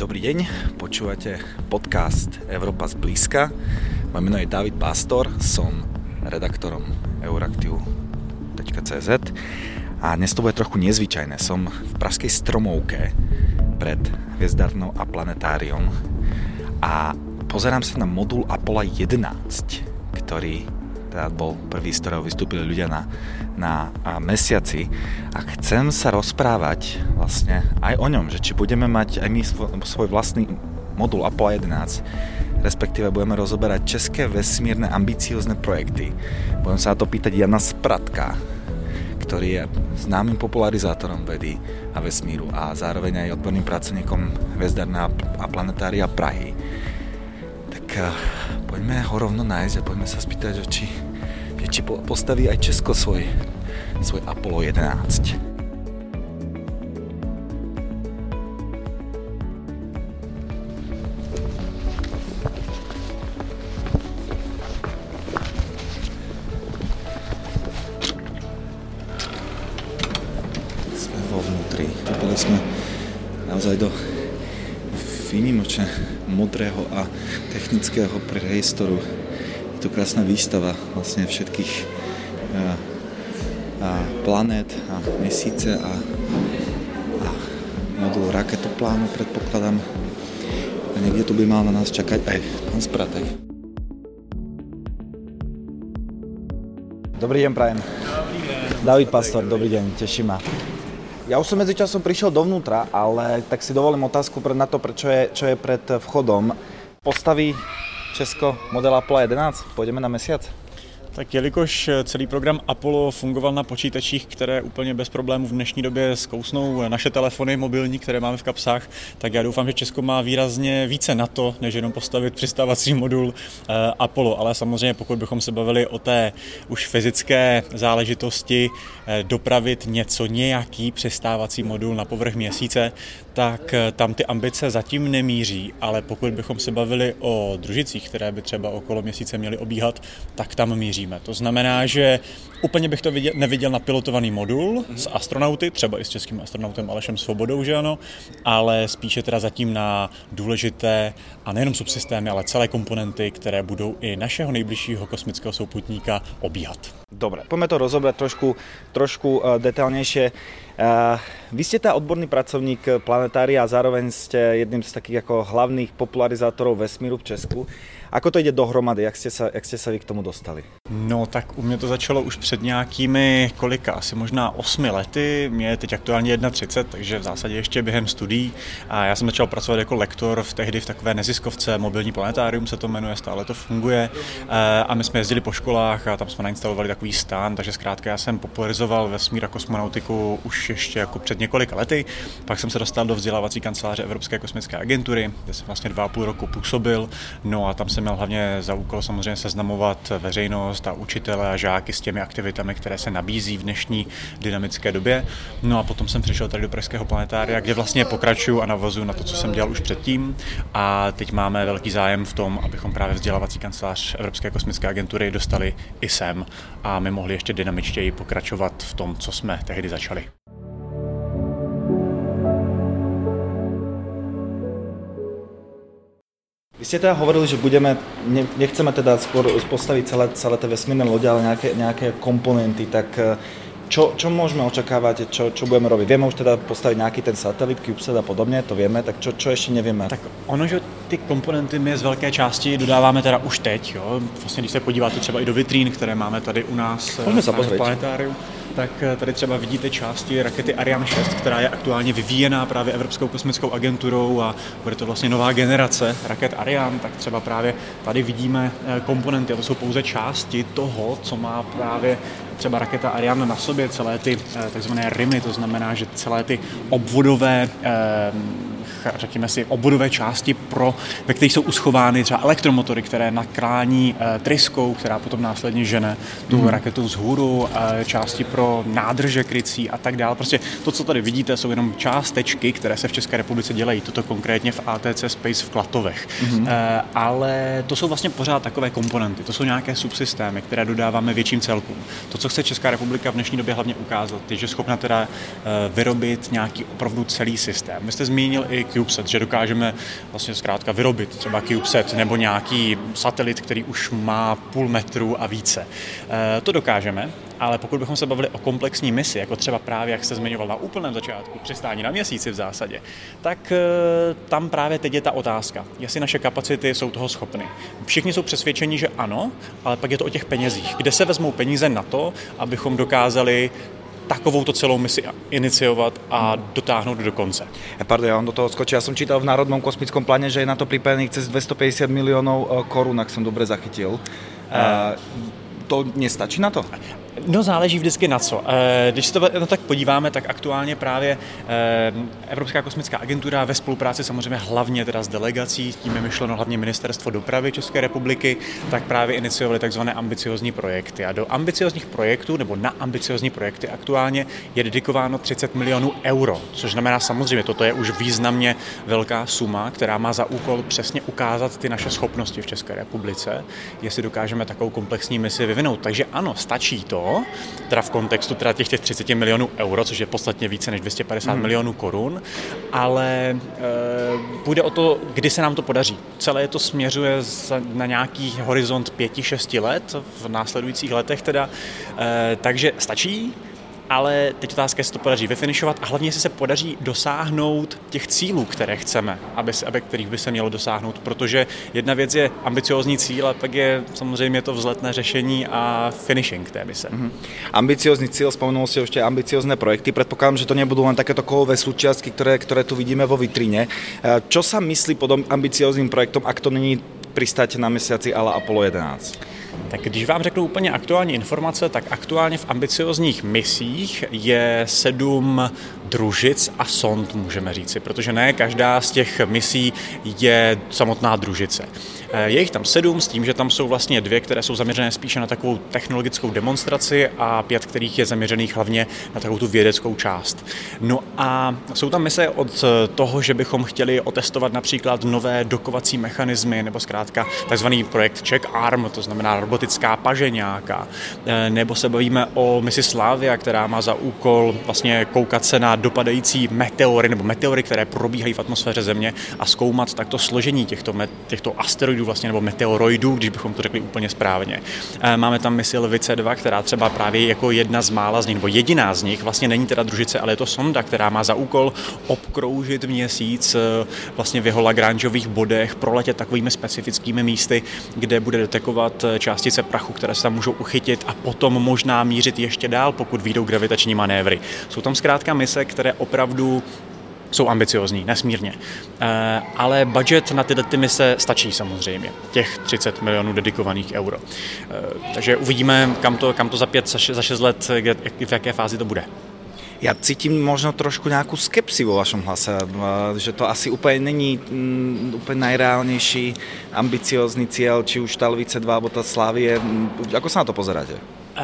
Dobrý deň, počúvate podcast Európa zblízka. Moje meno je David Pastor, som redaktorom euraktiv.cz a dnes to bude trochu nezvyčajné. Som v pražskej Stromovke pred hviezdárnou a planetáriom a pozerám sa na modul Apollo 11, ktorý teda bol prvý, z ktorého vystúpili ľudia na mesiaci, a chcem sa rozprávať vlastne aj o ňom, že či budeme mať aj my svoj vlastný modul Apollo 11, respektíve budeme rozoberať české vesmírne ambiciózne projekty. Budem sa na to pýtať Jana Spratka, ktorý je známym popularizátorom vedy a vesmíru a zároveň aj odborným pracovníkom hviezdárna a planetária Prahy. Tak poďme ho rovno nájsť a poďme sa spýtať, či postaví aj Česko svoj Apollo 11. Sme vo vnútri. Boli sme naozaj do výnimočne modrého a technického priestoru. Je to krásna výstava vlastne všetkých planét a mesíce a modul raketoplánu, predpokladám. A niekde tu by mal na nás čakať aj pán Spratek. Dobrý deň, prajem. Dobrý deň. David Pastor, dobrý deň, teší ma. Ja už som medzičasom prišiel dovnútra, ale tak si dovolím otázku na to, čo je pred vchodom. Postaví Česko model Apollo 11? Půjdeme na mesiac? Tak jelikož celý program Apollo fungoval na počítačích, které úplně bez problémů v dnešní době zkousnou naše telefony mobilní, které máme v kapsách, tak já doufám, že Česko má výrazně více na to, než jenom postavit přistávací modul Apollo. Ale samozřejmě pokud bychom se bavili o té už fyzické záležitosti dopravit nějaký přistávací modul na povrch měsíce, tak tam ty ambice zatím nemíří, ale pokud bychom se bavili o družicích, které by třeba okolo měsíce měly obíhat, tak tam míří. To znamená, že úplně bych to neviděl na pilotovaný modul s astronauty, třeba i s českým astronautem Alešem Svobodou, že ano, ale spíše teda zatím na důležité a nejenom subsystémy, ale celé komponenty, které budou i našeho nejbližšího kosmického souputníka obíhat. Dobre, poďme to rozobrať trošku detailnejšie. Vy ste tá odborný pracovník planetária a zároveň ste jedným z takých ako hlavných popularizátorov vesmíru v Česku. Ako to ide dohromady? Jak ste sa vy k tomu dostali? No tak u mě to začalo už před nějakými asi možná 8 lety. Mě je teď aktuálně 31, takže v zásadě ještě během studií. A já jsem začal pracovat jako lektor tehdy v takové neziskovce, mobilní planetárium se to jmenuje, stále to funguje. A my jsme jezdili po školách a tam jsme nainstalovali takový stan, takže zkrátka já jsem popularizoval vesmír a kosmonautiku už ještě jako před několika lety. Pak jsem se dostal do vzdělávací kanceláře Evropské kosmické agentury, kde jsem vlastně 2,5 roku působil. No a tam jsem měl hlavně za úkol samozřejmě seznamovat veřejnost a učitele a žáky s těmi aktivitami, které se nabízí v dnešní dynamické době. No a potom jsem přišel tady do Pražského planetária, kde vlastně pokračuju a navazuju na to, co jsem dělal už předtím. A teď máme velký zájem v tom, abychom právě vzdělávací kancelář Evropské kosmické agentury dostali i sem a my mohli ještě dynamičtěji pokračovat v tom, co jsme tehdy začali. Vy ste teda hovorili, že nechceme teda skôr postaviť celé tie vesmírne lode, ale nejaké komponenty, tak čo môžeme očakávať, čo budeme robiť? Vieme už teda postaviť nejaký ten satelit, CubeSat a podobne, to vieme, tak čo ešte nevieme? Tak ono, že ty komponenty my z velké části dodáváme teda už teď, jo. Vlastně když se podíváte třeba i do vitrín, které máme tady u nás v planetáriu, tak tady třeba vidíte části rakety Ariane 6, která je aktuálně vyvíjená právě Evropskou kosmickou agenturou a bude to vlastně nová generace raket Ariane, tak třeba právě tady vidíme komponenty a to jsou pouze části toho, co má právě třeba raketa Ariane na sobě, celé ty takzvané rymy, to znamená, že celé ty obvodové řekněme si, obvodové části, ve kterých jsou uschovány třeba elektromotory, které nakrání tryskou, která potom následně žene tu raketu vzhůru, části pro nádrže krycí a tak dále. Prostě to, co tady vidíte, jsou jenom částečky, které se v České republice dělají. Toto konkrétně v ATC Space v Klatovech. Ale to jsou vlastně pořád takové komponenty. To jsou nějaké subsystémy, které dodáváme větším celkům. To, co chce Česká republika v dnešní době hlavně ukázat, je, že schopna teda vyrobit nějaký opravdu celý systém. Vy jste zmínil i CubeSat, že dokážeme vlastně zkrátka vyrobit třeba CubeSat nebo nějaký satelit, který už má 0,5 metru a více. To dokážeme, ale pokud bychom se bavili o komplexní misi, jako třeba právě, jak jste zmiňoval na úplném začátku, přistání na Měsíci v zásadě, tak tam právě teď je ta otázka, jestli naše kapacity jsou toho schopny. Všichni jsou přesvědčeni, že ano, ale pak je to o těch penězích. Kde se vezmou peníze na to, abychom dokázali takovouto celou misi iniciovat a dotáhnout do konce. Pardon, ja vám do toho skočil. Ja som čítal v Národnom kosmickom pláne, že je na to pripravených cez 250 miliónov korún, ak som dobre zachytil. To nestačí na to? No záleží vždycky na co. Když se to tak podíváme, tak aktuálně právě Evropská kosmická agentura ve spolupráci samozřejmě hlavně teda s delegací, tím je myšleno hlavně Ministerstvo dopravy České republiky, tak právě iniciovali takzvané ambiciozní projekty. A do ambiciozních projektů nebo na ambiciozní projekty aktuálně je dedikováno 30 milionů euro, což znamená samozřejmě, toto je už významně velká suma, která má za úkol přesně ukázat ty naše schopnosti v České republice, jestli dokážeme takovou komplexní misi vyvinout. Takže ano, stačí to, teda v kontextu teda těch 30 milionů euro, což je podstatně více než 250 milionů korun, ale půjde o to, kdy se nám to podaří. Celé to směřuje na nějaký horizont 5-6 let, v následujících letech teda, takže stačí, ale teď otázka, jestli to podaří vyfinišovat a hlavně, jestli se podaří dosáhnout těch cílů, které chceme, kterých by se mělo dosáhnout, protože jedna věc je ambiciózní cíl a pak je samozřejmě to vzletné řešení a finishing té mise. Ambiciózny cíl, spomenul ste ešte ambiciózne projekty, predpokladám, že to nebudú len takéto kovové súčiastky, ktoré tu vidíme vo vitríne. Čo sa myslí pod ambicióznym projektom, ak to není pristať na mesiaci a la Apollo 11? Tak když vám řeknu úplně aktuální informace, tak aktuálně v ambiciozních misích je 7 družic a sond, můžeme říci, protože ne každá z těch misí je samotná družice. Je jich tam 7 s tím, že tam jsou vlastně 2, které jsou zaměřené spíše na takovou technologickou demonstraci a 5, kterých je zaměřených hlavně na takovou tu vědeckou část. No a jsou tam mise od toho, že bychom chtěli otestovat například nové dokovací mechanismy nebo zkrátka takzvaný projekt Check Arm, to znamená robotická paže nějaká, nebo se bavíme o misi Slavia, která má za úkol vlastně koukat se na dopadající meteory nebo meteory, které probíhají v atmosféře Země a zkoumat takto složení těchto asteroidů vlastně nebo meteoroidů, když bychom to řekli úplně správně. Máme tam misi Levice 2, která třeba právě jako jedna z mála z nich, nebo jediná z nich, vlastně není teda družice, ale je to sonda, která má za úkol obkroužit Měsíc vlastně v jeho Lagrangeových bodech, proletět takovými specifickými místy, kde bude detekovat částice prachu, které se tam můžou uchytit a potom možná mířit ještě dál, pokud vyjdou gravitační manévry. Jsou tam zkrátka mise, které opravdu jsou ambiciozní, nesmírně. Ale budget na tyhle mise stačí samozřejmě. Těch 30 milionů dedikovaných euro. Takže uvidíme, kam to za 5, za 6 let, v jaké fázi to bude. Ja cítim možno trošku nejakú skepsi vo vašom hlase, že to asi úplne není úplne najreálnejší ambiciózny cieľ, či už tá Levice 2 alebo tá Slavie. Ako sa na to pozeráte?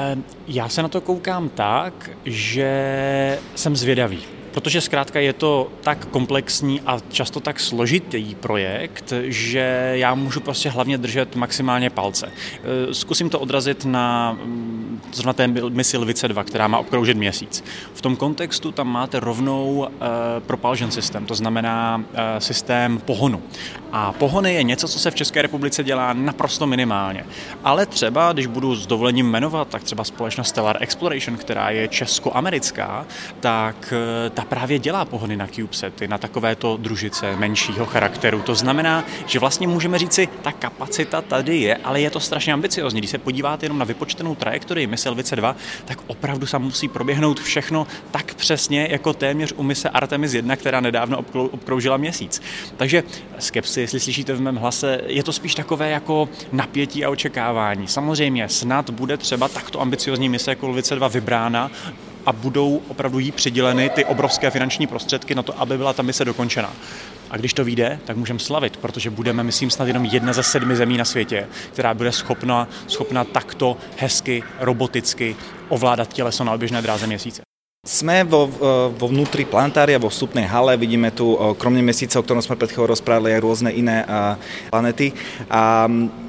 Já se na to koukám tak, že jsem zvědavý. Protože zkrátka je to tak komplexní a často tak složitý projekt, že já můžu prostě hlavně držet maximálně palce. Zkusím to odrazit na zrovna té misi Levice 2, která má obkroužit Měsíc. V tom kontextu tam máte rovnou propulsion systém, to znamená systém pohonu. A pohony je něco, co se v České republice dělá naprosto minimálně. Ale třeba, když budu s dovolením jmenovat, tak třeba společnost Stellar Exploration, která je česko-americká, tak ta právě dělá pohony na CubeSaty, na takovéto družice menšího charakteru. To znamená, že vlastně můžeme říci, ta kapacita tady je, ale je to strašně ambiciozní. Když se podíváte jenom na vypočtenou trajektorii mise Levice 2, tak opravdu se musí proběhnout všechno tak přesně, jako téměř u mise Artemis 1, která nedávno obkroužila Měsíc. Takže skepsi, jestli slyšíte v mém hlase, je to spíš takové jako napětí a očekávání. Samozřejmě snad bude třeba takto ambiciozní mise jako Levice 2 vybrána a budou opravdu jí přiděleny ty obrovské finanční prostředky na to, aby byla ta mise dokončena. A když to vyjde, tak můžeme slavit, protože budeme, myslím, snad jenom 1 ze 7 zemí na světě, která bude schopna takto hezky, roboticky ovládat těleso na oběžné dráze Měsíce. Sme vo vnútri planetária, vo vstupnej hale, vidíme tu kromne Mesiaca, o ktorom sme pred chvíľou rozprávali, aj rôzne iné planety. A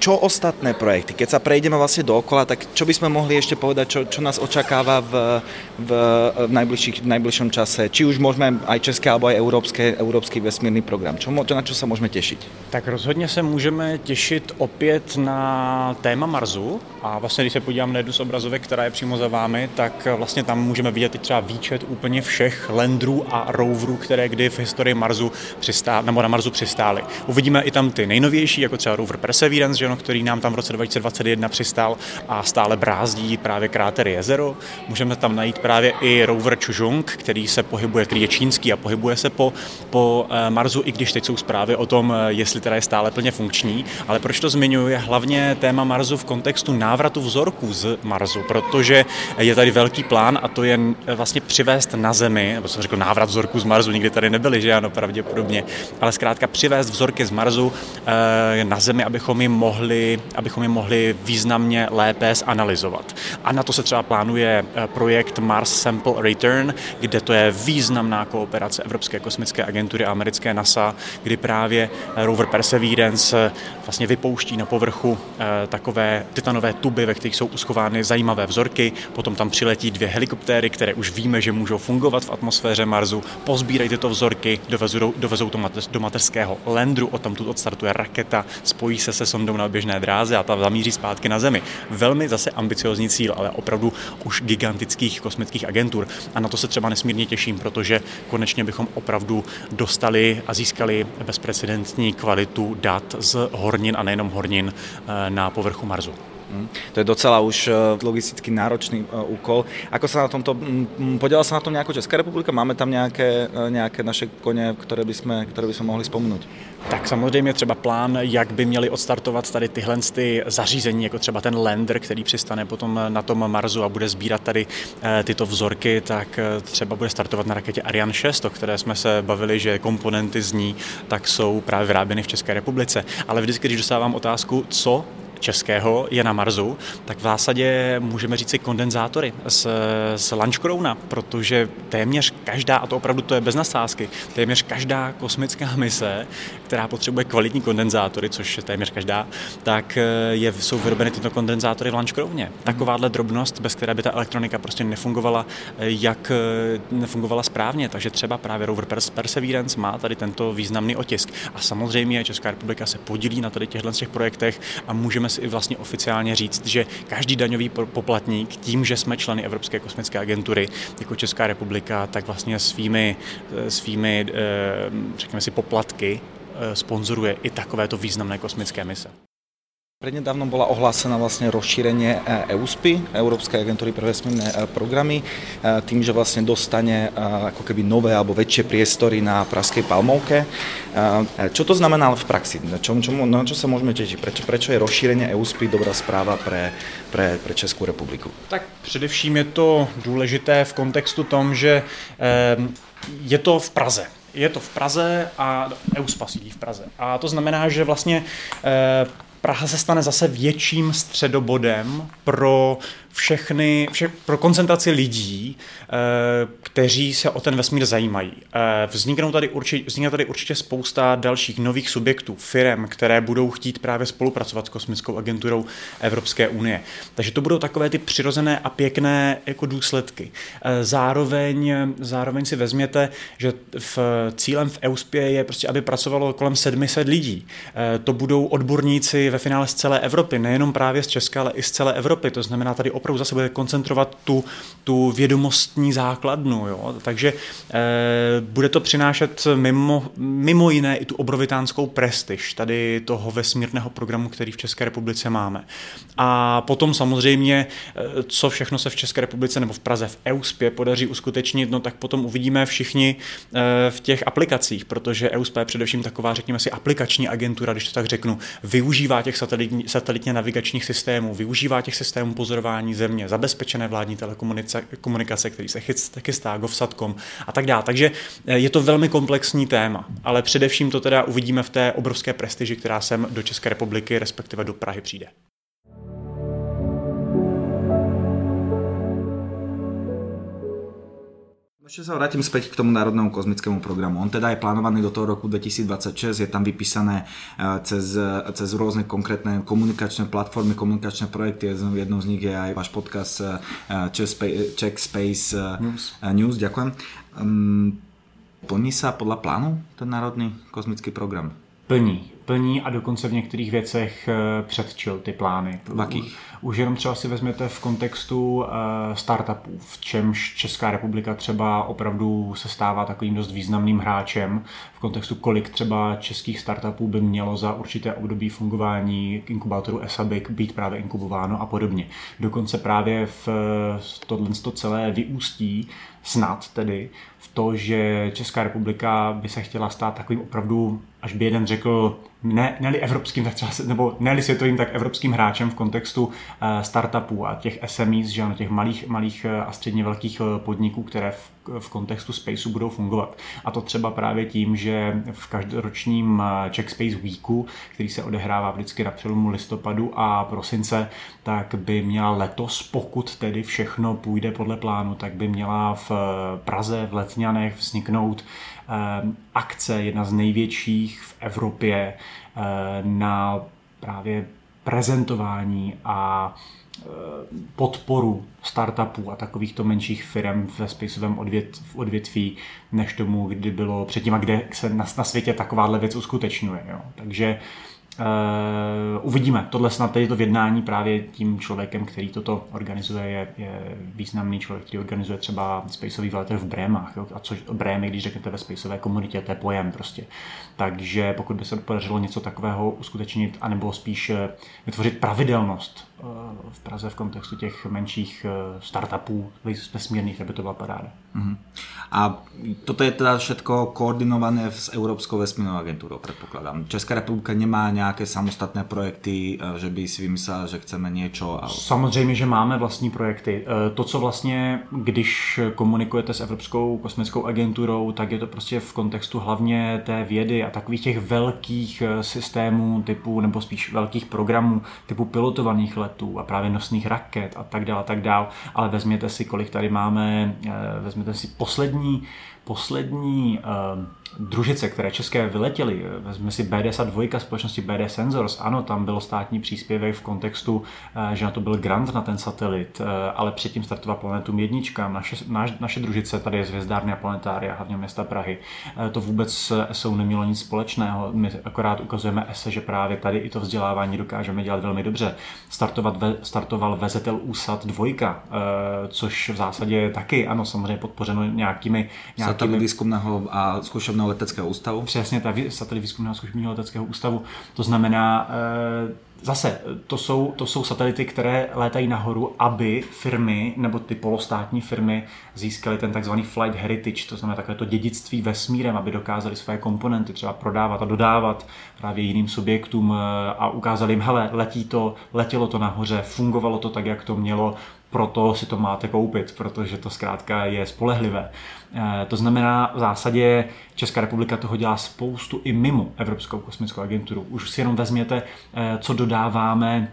čo ostatné projekty? Keď sa prejdeme vlastne dookola, tak čo by sme mohli ešte povedať, čo nás očakáva v najbližšom čase? Či už môžeme aj české, alebo aj európsky vesmírny program. Na čo sa môžeme tešiť? Tak rozhodně se můžeme těšit opět na téma Marsu a vlastně, když se podívám na jednu z obrazovek, která je přímo za vámi, tak vlastně tam můžeme vidět i třeba výčet úplně všech landrů a roverů, které kdy v historii Marsu nebo na Marsu přistály. Uvidíme i tam ty nejnovější, jako třeba rover Perseverance, který nám tam v roce 2021 přistál a stále brázdí právě kráter jezero. Můžeme tam najít právě i rover Chuzhong, který je čínský a pohybuje se po Marsu, i když teď jsou zprávy o tom, jestli teda je stále plně funkční. Ale proč to zmiňuji, je hlavně téma Marsu v kontextu návratu vzorků z Marsu, protože je tady velký plán a to je vlastně přivést na Zemi, nebo jsem řekl návrat vzorků z Marsu, nikdy tady nebyly, že ano, pravděpodobně, ale zkrátka přivést vzorky z Marsu na Zemi, abychom je mohli významně lépe zanalyzovat. A na to se třeba plánuje projekt Mars Sample Return, kde to je významná kooperace Evropské kosmické agentury a americké NASA, kdy právě rover Perseverance vlastně vypouští na povrchu takové titanové tuby, ve kterých jsou uschovány zajímavé vzorky, potom tam přiletí 2 helikoptéry, které už víme, že můžou fungovat v atmosféře Marsu, pozbírají tyto vzorky, dovezou to do mateřského landru, odtamtud odstartuje raketa, spojí se sondou na běžné dráze a ta zamíří zpátky na Zemi. Velmi zase ambiciozní cíl, ale opravdu už gigantických kosmických agentur. A na to se třeba nesmírně těším, protože konečně bychom opravdu dostali a získali bezprecedentní kvalitu dat z hornin a nejenom hornin na povrchu Marsu. To je docela už logisticky náročný úkol. Ako sa na tomto, podiela sa na tom nejako Česká republika? Máme tam nějaké naše koně, které by sme mohli spomenout? Tak samozřejmě třeba plán, jak by měli odstartovat tady tyhle zařízení, jako třeba ten lander, který přistane potom na tom Marsu a bude sbírat tady tyto vzorky, tak třeba bude startovat na raketě Ariane 6, o které jsme se bavili, že komponenty z ní tak jsou právě vyráběny v České republice. Ale vždycky, když dostávám otázku, co českého je na Marsu, tak v zásadě můžeme říct si kondenzátory z Launch Corona, protože téměř každá, a to opravdu to je bez nasázky, téměř každá kosmická mise, která potřebuje kvalitní kondenzátory, což je téměř každá, tak jsou vyrobeny tyto kondenzátory v Launch Coroně. Takováhle drobnost, bez které by ta elektronika prostě nefungovala správně, takže třeba právě rover Perseverance má tady tento významný otisk. A samozřejmě Česká republika se podílí na tady těchto projektech a můžeme si i vlastně oficiálně říct, že každý daňový poplatník tím, že jsme členy Evropské kosmické agentury jako Česká republika, tak vlastně svými řekněme si poplatky sponzoruje i takovéto významné kosmické mise. Prednedávno bola ohlásená vlastne rozšírenie EUSPI, Európskej agentúry pre vesmírne programy, tým, že vlastne dostane ako keby nové alebo väčšie priestory na Pražskej Palmovke. Čo to znamená v praxi? Na čo sa môžeme tešiť? Prečo je rozšírenie EUSPI dobrá správa pre Českou republiku? Tak především je to důležité v kontextu tom, že je to v Praze. Je to v Praze a EUSPA sídlí v Praze. A to znamená, že vlastně Praha se stane zase větším středobodem pro pro koncentraci lidí, kteří se o ten vesmír zajímají. Vznikne tady určitě spousta dalších nových subjektů, firem, které budou chtít právě spolupracovat s kosmickou agenturou Evropské unie. Takže to budou takové ty přirozené a pěkné jako důsledky. Zároveň si vezměte, že cílem v EUSPě je prostě, aby pracovalo kolem 700 lidí. To budou odborníci ve finále z celé Evropy, nejenom právě z Česka, ale i z celé Evropy. To znamená, tady opravdu zase bude koncentrovat tu vědomostní základnu. Jo? Takže bude to přinášet mimo jiné i tu obrovitánskou prestiž tady toho vesmírného programu, který v České republice máme. A potom samozřejmě, co všechno se v České republice nebo v Praze v EUSPě podaří uskutečnit, no tak potom uvidíme všichni v těch aplikacích, protože EUSPA je především taková, řekněme si, aplikační agentura, když to tak řeknu, využívá těch satelitně navigačních systémů, využívá těch systémů pozorování Země, zabezpečené vládní telekomunikace, který se chystá, Govsatcom a tak dále. Takže je to velmi komplexní téma, ale především to teda uvidíme v té obrovské prestiži, která sem do České republiky, respektive do Prahy přijde. Ešte sa vrátim späť k tomu Národnému kozmickému programu. On teda je plánovaný do toho roku 2026, je tam vypísané cez rôzne konkrétne komunikačné platformy, komunikačné projekty. Jednou z nich je aj váš podcast Czech Space News. Ďakujem. Plní sa podľa plánu ten Národný kozmický program? Plní a dokonce v některých věcech předčil ty plány. V jakých? Už jenom třeba si vezměte v kontextu startupů, v čemž Česká republika třeba opravdu se stává takovým dost významným hráčem v kontextu, kolik třeba českých startupů by mělo za určité období fungování inkubátoru ESABIC být právě inkubováno a podobně. Dokonce právě v tohle celé vyústí snad tedy v to, že Česká republika by se chtěla stát takovým opravdu, až by jeden řekl, ne-li evropským, tak třeba, nebo ne-li světovým, tak evropským hráčem v kontextu startupů a těch SMEs, že ano, těch malých a středně velkých podniků, které v kontextu spaceu budou fungovat. A to třeba právě tím, že v každoročním Czech Space Weeku, který se odehrává vždycky na přelomu listopadu a prosince, tak by měla letos, pokud tedy všechno půjde podle plánu, tak by měla v Praze, v Letňanech vzniknout akce, jedna z největších v Evropě, na právě prezentování a podporu startupů a takovýchto menších firm ve spaceovém odvětví, než tomu, kdy bylo předtím a kde se na světě takováhle věc uskutečňuje. Jo. Takže uvidíme. Tohle snad tady to v jednání právě tím člověkem, který toto organizuje, je významný člověk, který organizuje třeba spaceový veletrh v Brémách. Jo? A což Brémy, když řeknete ve spaceové komunitě, to je pojem prostě. Takže pokud by se podařilo něco takového uskutečnit, anebo spíš vytvořit pravidelnost v Praze v kontextu těch menších startupů vesmírných, aby to byla paráda. Uh-huh. A toto je teda všetko koordinované s Európskou vesmírnou agentúrou, predpokladám. Česká republika nemá nějaké samostatné projekty, že by si vymyslela, že chceme něco? Samozřejmě, že máme vlastní projekty. To, co vlastně, když komunikujete s Evropskou kosmickou agenturou, tak je to prostě v kontextu hlavně té vědy a takových těch velkých systémů typu, nebo spíš velkých programů typu pilotovaných letů a právě nosných raket a tak dál. Ale vezměte si, kolik tady máme, vezměte si poslední družice, které české vyletěly, vezme si BDSat-2 společnosti BD Sensors, ano, tam bylo státní příspěvek v kontextu, že na to byl grant na ten satelit, ale předtím startovala Planetum 1, naše družice, tady je z Hvězdárny a planetária, hlavně města Prahy, to vůbec s ESou nemělo nic společného, my akorát ukazujeme ESE, že právě tady i to vzdělávání dokážeme dělat velmi dobře. Startoval VZL USAT 2, což v zásadě taky, ano, samozřejmě podpořeno nějakými satelit výzkumného a zkušebného leteckého ústavu. Přesně, satelit výzkumného zkušebního leteckého ústavu. To znamená, zase, to jsou satelity, které létají nahoru, aby firmy, nebo ty polostátní firmy získaly ten takzvaný flight heritage, to znamená takové to dědictví vesmírem, aby dokázali své komponenty třeba prodávat a dodávat právě jiným subjektům a ukázali jim, hele, letělo to nahoře, fungovalo to tak, jak to mělo, proto si to máte koupit, protože to zkrátka je spolehlivé. To znamená, v zásadě Česká republika toho dělá spoustu i mimo Evropskou kosmickou agenturu. Už si jenom vezměte, co dodáváme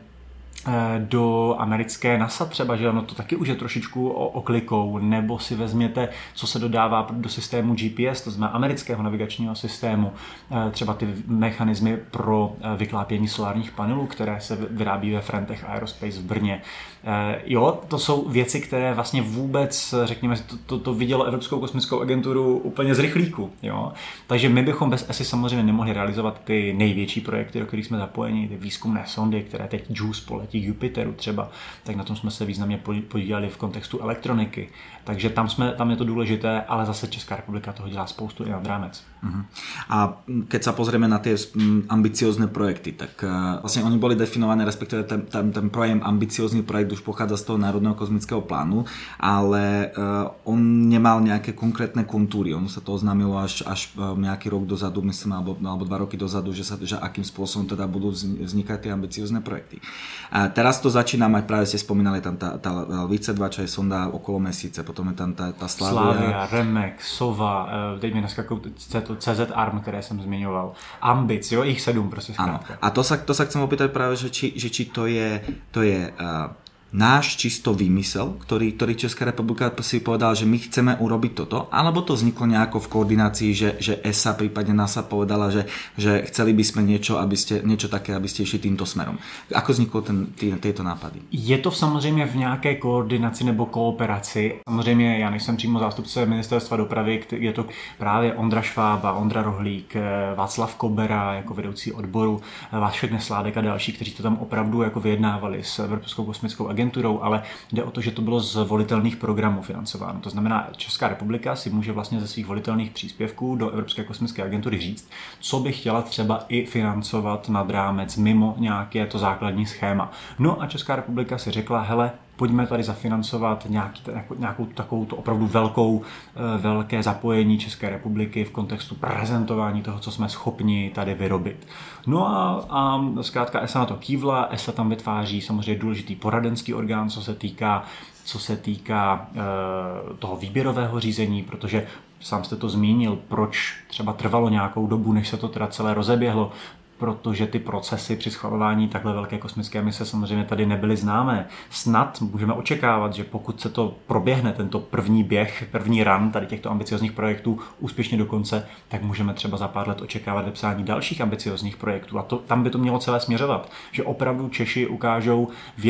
do americké NASA třeba, že ono to taky už je trošičku oklikou, nebo si vezměte, co se dodává do systému GPS, to znamená amerického navigačního systému, třeba ty mechanismy pro vyklápění solárních panelů, které se vyrábí ve Frentech Aerospace v Brně. Jo, to jsou věci, které vlastně vůbec, řekněme, to vidělo Evropskou kosmickou agenturu úplně z rychlíku. Jo? Takže my bychom bez ESI samozřejmě nemohli realizovat ty největší projekty, do kterých jsme zapojeni, ty výzkumné sondy, které teď JUICE poletí k Jupiteru třeba, tak na tom jsme se významně podíleli v kontextu elektroniky. Takže tam je to důležité, ale zase Česká republika toho dělá spoustu i nad rámec. Uh-huh. A keď sa pozrieme na tie ambiciózne projekty, tak vlastne oni boli definované, respektíve ten pojem ambiciózny projekt už pochádza z toho Národného kozmického plánu, ale on nemal nejaké konkrétne kontúry. On sa to oznámilo až nejaký rok dozadu, myslím, alebo 2 roky dozadu, že akým spôsobom teda budú vznikať tie ambiciózne projekty. A teraz to začína mať, práve ste spomínali tam tá LICE 2, čo je sonda okolo Mesiace, potom je tam tá Slavia, Remek, Sova, teď mi dneska CZ Arm, které jsem zmiňoval, Ambic, jo, ich 7 prostě zkrátka. A to sa chcem opýtať práve, že či to je náš čisto výmysel, ktorý Česká republika si povedala, že my chceme urobiť toto, alebo to vzniklo nejako v koordinácii, že ESA, prípadne NASA povedala, že chceli by sme niečo také, aby ste išli týmto smerom. Ako vzniklo tieto nápady? Je to samozřejmě v nějaké koordinaci nebo kooperaci. Samozřejmě já nejsem přímo zástupce ministerstva dopravy, je to právě Ondra Švába, Ondra Rohlík, Václav Kobera jako vedoucí odboru, Vášek Nesládek a další, kteří to tam opravdu jako vyjednávali s Evropskou kosmickou agenturou, ale jde o to, že to bylo z volitelných programů financováno. To znamená, Česká republika si může vlastně ze svých volitelných příspěvků do Evropské kosmické agentury říct, co by chtěla třeba i financovat nad rámec mimo nějaké to základní schéma. No a Česká republika si řekla, hele, pojďme tady zafinancovat nějakou takovou to opravdu velké zapojení České republiky v kontextu prezentování toho, co jsme schopni tady vyrobit. No a zkrátka ESA na to kývla, ESA tam vytváří samozřejmě důležitý poradenský orgán, co se týká toho výběrového řízení, protože sám jste to zmínil, proč třeba trvalo nějakou dobu, než se to teda celé rozeběhlo, protože ty procesy při schvalování takhle velké kosmické mise samozřejmě tady nebyly známé. Snad můžeme očekávat, že pokud se to proběhne, tento první run tady těchto ambiciozních projektů úspěšně do konce, tak můžeme třeba za pár let očekávat vypsání dalších ambiciozních projektů. A tam by to mělo celé směřovat, že opravdu Češi ukážou,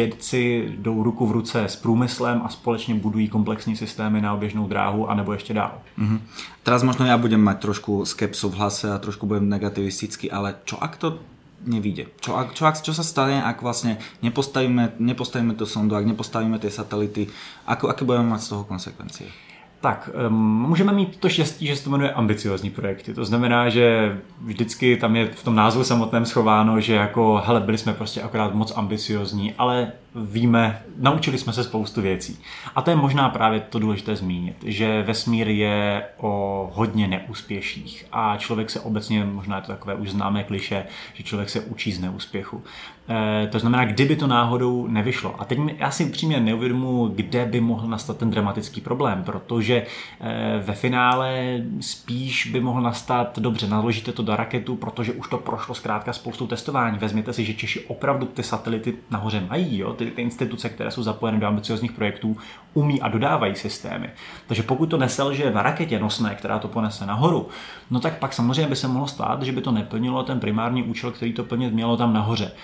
vědci jdou ruku v ruce s průmyslem a společně budují komplexní systémy na oběžnou dráhu anebo ještě dál. Mm-hmm. Teraz možno ja budem mať trošku skepsu v hlase a trošku budem negativistický, ale čo ak to nevyjde? Čo sa stane, ak vlastne nepostavíme tú sondu, ak nepostavíme tie satelity, aké budeme mať z toho konsekvencie? Tak, můžeme mít to štěstí, že se to jmenuje ambiciozní projekty. To znamená, že vždycky tam je v tom názvu samotném schováno, že jako, hele, byli jsme prostě akorát moc ambiciozní, ale víme, naučili jsme se spoustu věcí. A to je možná právě to důležité zmínit, že vesmír je o hodně neúspěších a člověk se obecně, možná je to takové už známé klišé, že člověk se učí z neúspěchu. To znamená, kdyby to náhodou nevyšlo. A teď já si upřímně neuvědomuji, kde by mohl nastat ten dramatický problém, protože ve finále spíš by mohl nastat, dobře, naložíte to do raketu, protože už to prošlo zkrátka spoustou testování. Vezměte si, že Češi opravdu ty satelity nahoře mají, jo? Ty instituce, které jsou zapojeny do ambiciozních projektů, umí a dodávají systémy. Takže pokud to neselže na raketě nosné, která to ponese nahoru, no tak pak samozřejmě by se mohlo stát, že by to neplnilo ten primární účel, který to plnit mělo tam nahoře.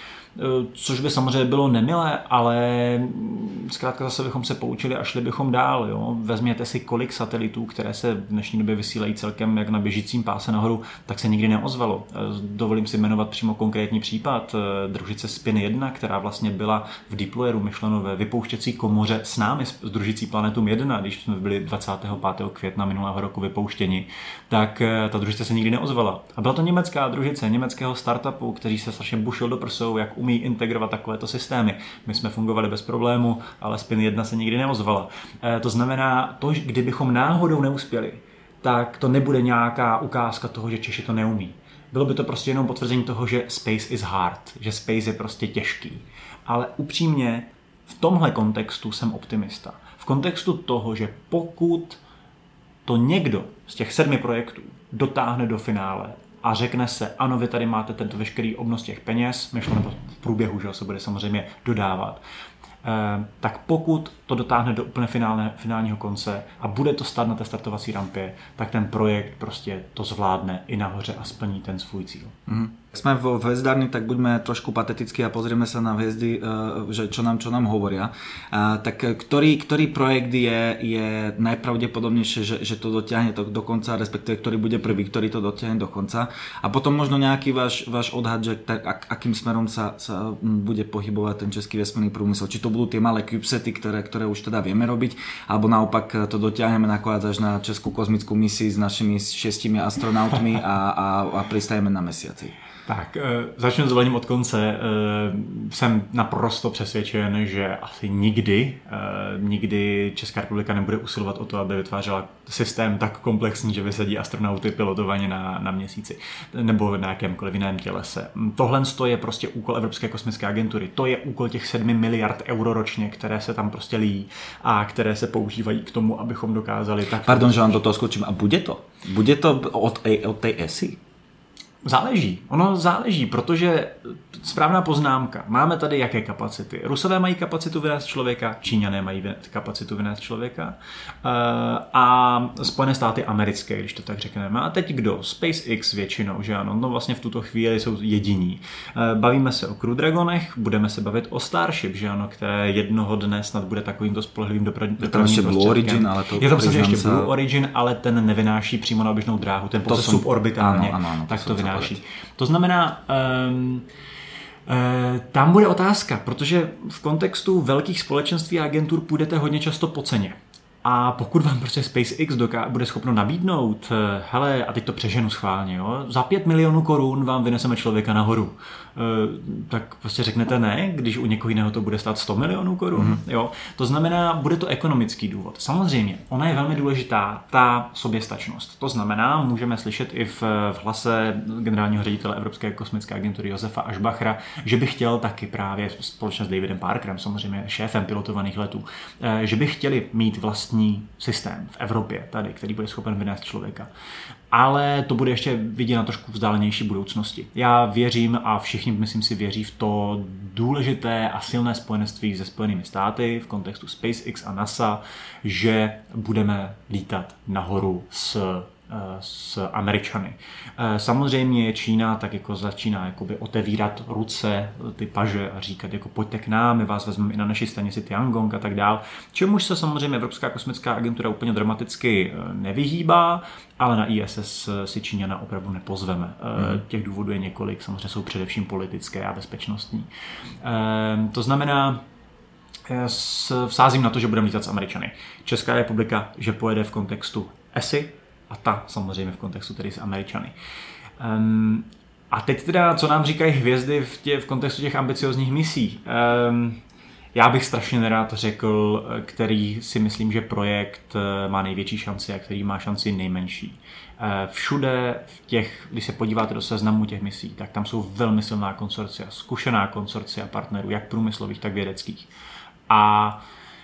Což by samozřejmě bylo nemilé, ale zkrátka zase bychom se poučili a šli bychom dál. Jo? Vezměte si, kolik satelitů, které se v dnešní době vysílají celkem jak na běžícím páse nahoru, tak se nikdy neozvalo. Dovolím si jmenovat přímo konkrétní případ. Družice Spin 1, která vlastně byla v deployeru myšleno ve vypouštěcí komoře s námi, s družicí Planetum 1, když jsme byli 25. května minulého roku vypouštěni, tak ta družice se nikdy neozvala. A byla to německá družice, německého startupu, který se strašně bušil do prsou, jak umí integrovat takovéto systémy. My jsme fungovali bez problému, ale Spin 1 se nikdy neozvala. To znamená, to, kdybychom náhodou neuspěli, tak to nebude nějaká ukázka toho, že Češi to neumí. Bylo by to prostě jenom potvrzení toho, že space is hard, že space je prostě těžký. Ale upřímně v tomhle kontextu jsem optimista. V kontextu toho, že pokud to někdo z těch 7 projektů dotáhne do finále a řekne se, ano, vy tady máte tento veškerý obnos těch peněz, myšleno v průběhu, že se bude samozřejmě dodávat, tak pokud to dotáhne do úplně finálního konce a bude to stát na té startovací rampě, tak ten projekt prostě to zvládne i nahoře a splní ten svůj cíl. Mm. Sme vo hvězdárni, tak buďme trošku patetickí a pozrieme sa na hviezdy, že čo nám hovoria. Tak ktorý projekt je najpravdepodobnejšie, že to dotiahne do konca, respektíve ktorý bude prvý, ktorý to dotiahne do konca. A potom možno nejaký váš odhad, že akým smerom sa bude pohybovať ten český vesmírny průmysl. Či to budú tie malé CubeSaty, ktoré už teda vieme robiť, alebo naopak to dotiahneme nakoniec až na českú kozmickú misi s našimi 6 astronautmi a pristajeme na mesiaci. Tak, začnu s dovolením od konce. Jsem naprosto přesvědčen, že asi nikdy Česká republika nebude usilovat o to, aby vytvářela systém tak komplexní, že vysadí astronauty pilotovaně na měsíci nebo na jakémkoliv jiném tělese. Tohle je prostě úkol Evropské kosmické agentury. To je úkol těch 7 miliard euro ročně, které se tam prostě lijí a které se používají k tomu, abychom dokázali tak... Pardon, že vám do toho skočím. A bude to? Bude to od té ESI? Ono záleží, protože správná poznámka. Máme tady jaké kapacity? Rusové mají kapacitu vynést člověka, Číňané mají kapacitu vynést člověka a Spojené státy americké, když to tak řekneme. A teď kdo? SpaceX většinou, že ano? No vlastně v tuto chvíli jsou jediní. Bavíme se o Crew Dragonech, budeme se bavit o Starship, že ano, které jednoho dne snad bude takovýmto spolehlivým dopravním prostředkem. Blue Origin, ale to je tam samozřejmě ještě Blue Origin, ale ten nevynáší přímo na oběžnou dráhu, ten pouze suborbitálně, ano, tak to vynáší. To znamená, tam bude otázka, protože v kontextu velkých společenství a agentur půjdete hodně často po ceně. A pokud vám prostě SpaceX bude schopno nabídnout, hele, a teď to přeženu schválně, jo, za 5 milionů korun vám vyneseme člověka nahoru, tak prostě řeknete ne, když u někoho jiného to bude stát 100 milionů korun. Jo. To znamená, bude to ekonomický důvod. Samozřejmě, ona je velmi důležitá, ta soběstačnost. To znamená, můžeme slyšet i v hlase generálního ředitele Evropské kosmické agentury Josefa Aschbachera, že by chtěl taky právě společně s Davidem Parkerem, samozřejmě šéfem pilotovaných letů, že by chtěli mít vlastní systém v Evropě tady, který bude schopen vynést člověka. Ale to bude ještě vidět na trošku vzdálenější budoucnosti. Já věřím a všichni, myslím si, věří v to důležité a silné spojenectví se Spojenými státy v kontextu SpaceX a NASA, že budeme lítat nahoru s Američany. Samozřejmě Čína tak jako začíná jakoby otevírat ruce, ty paže a říkat jako pojďte k nám, my vás vezmeme i na naší stanici Tiangong a tak dál. Čemuž se samozřejmě Evropská kosmická agentura úplně dramaticky nevyhýbá, ale na ISS si Číňana opravdu nepozveme. Těch důvodů je několik, samozřejmě jsou především politické a bezpečnostní. To znamená, vsázím na to, že budeme lítat s Američany. Česká republika, že pojede v kontextu ESI, a ta samozřejmě v kontextu tedy s Američany. A teď teda, co nám říkají hvězdy v kontextu těch ambiciozních misí. Já bych strašně nerád řekl, který si myslím, že projekt má největší šanci a který má šanci nejmenší. Všude když se podíváte do seznamu těch misí, tak tam jsou velmi silná konsorcia, zkušená konsorcia partnerů, jak průmyslových, tak vědeckých. A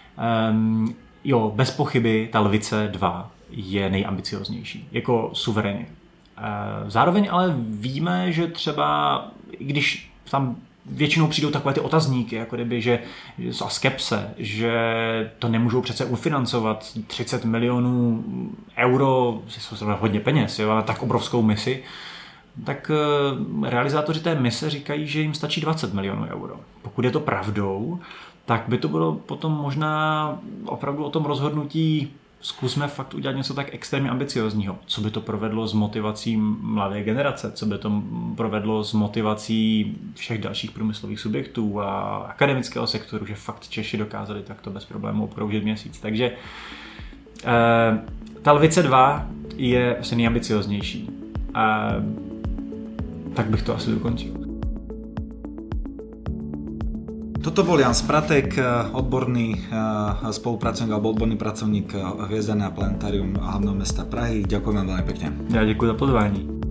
bez pochyby ta Lvice 2 je nejambicioznější, jako suverénně. Zároveň ale víme, že třeba, když tam většinou přijdou takové ty otazníky, jako kdyby, že a skepse, že to nemůžou přece ufinancovat 30 milionů euro, jsou hodně peněz, jo, ale tak obrovskou misi, tak realizátoři té mise říkají, že jim stačí 20 milionů euro. Pokud je to pravdou, tak by to bylo potom možná opravdu o tom rozhodnutí zkusme fakt udělat něco tak extrémně ambiciozního. Co by to provedlo s motivací mladé generace? Co by to provedlo s motivací všech dalších průmyslových subjektů a akademického sektoru, že fakt Češi dokázali takto bez problémů obkroužit měsíc. Takže ta Lvice 2 je asi nejambicioznější. Tak bych to asi dokončil. Toto bol Jan Spratek, odborný spolupracovník alebo odborný pracovník Hviezdané a planetárium hlavného mesta Prahy. Ďakujem vám veľmi pekne. Ja ďakujem za pozvání.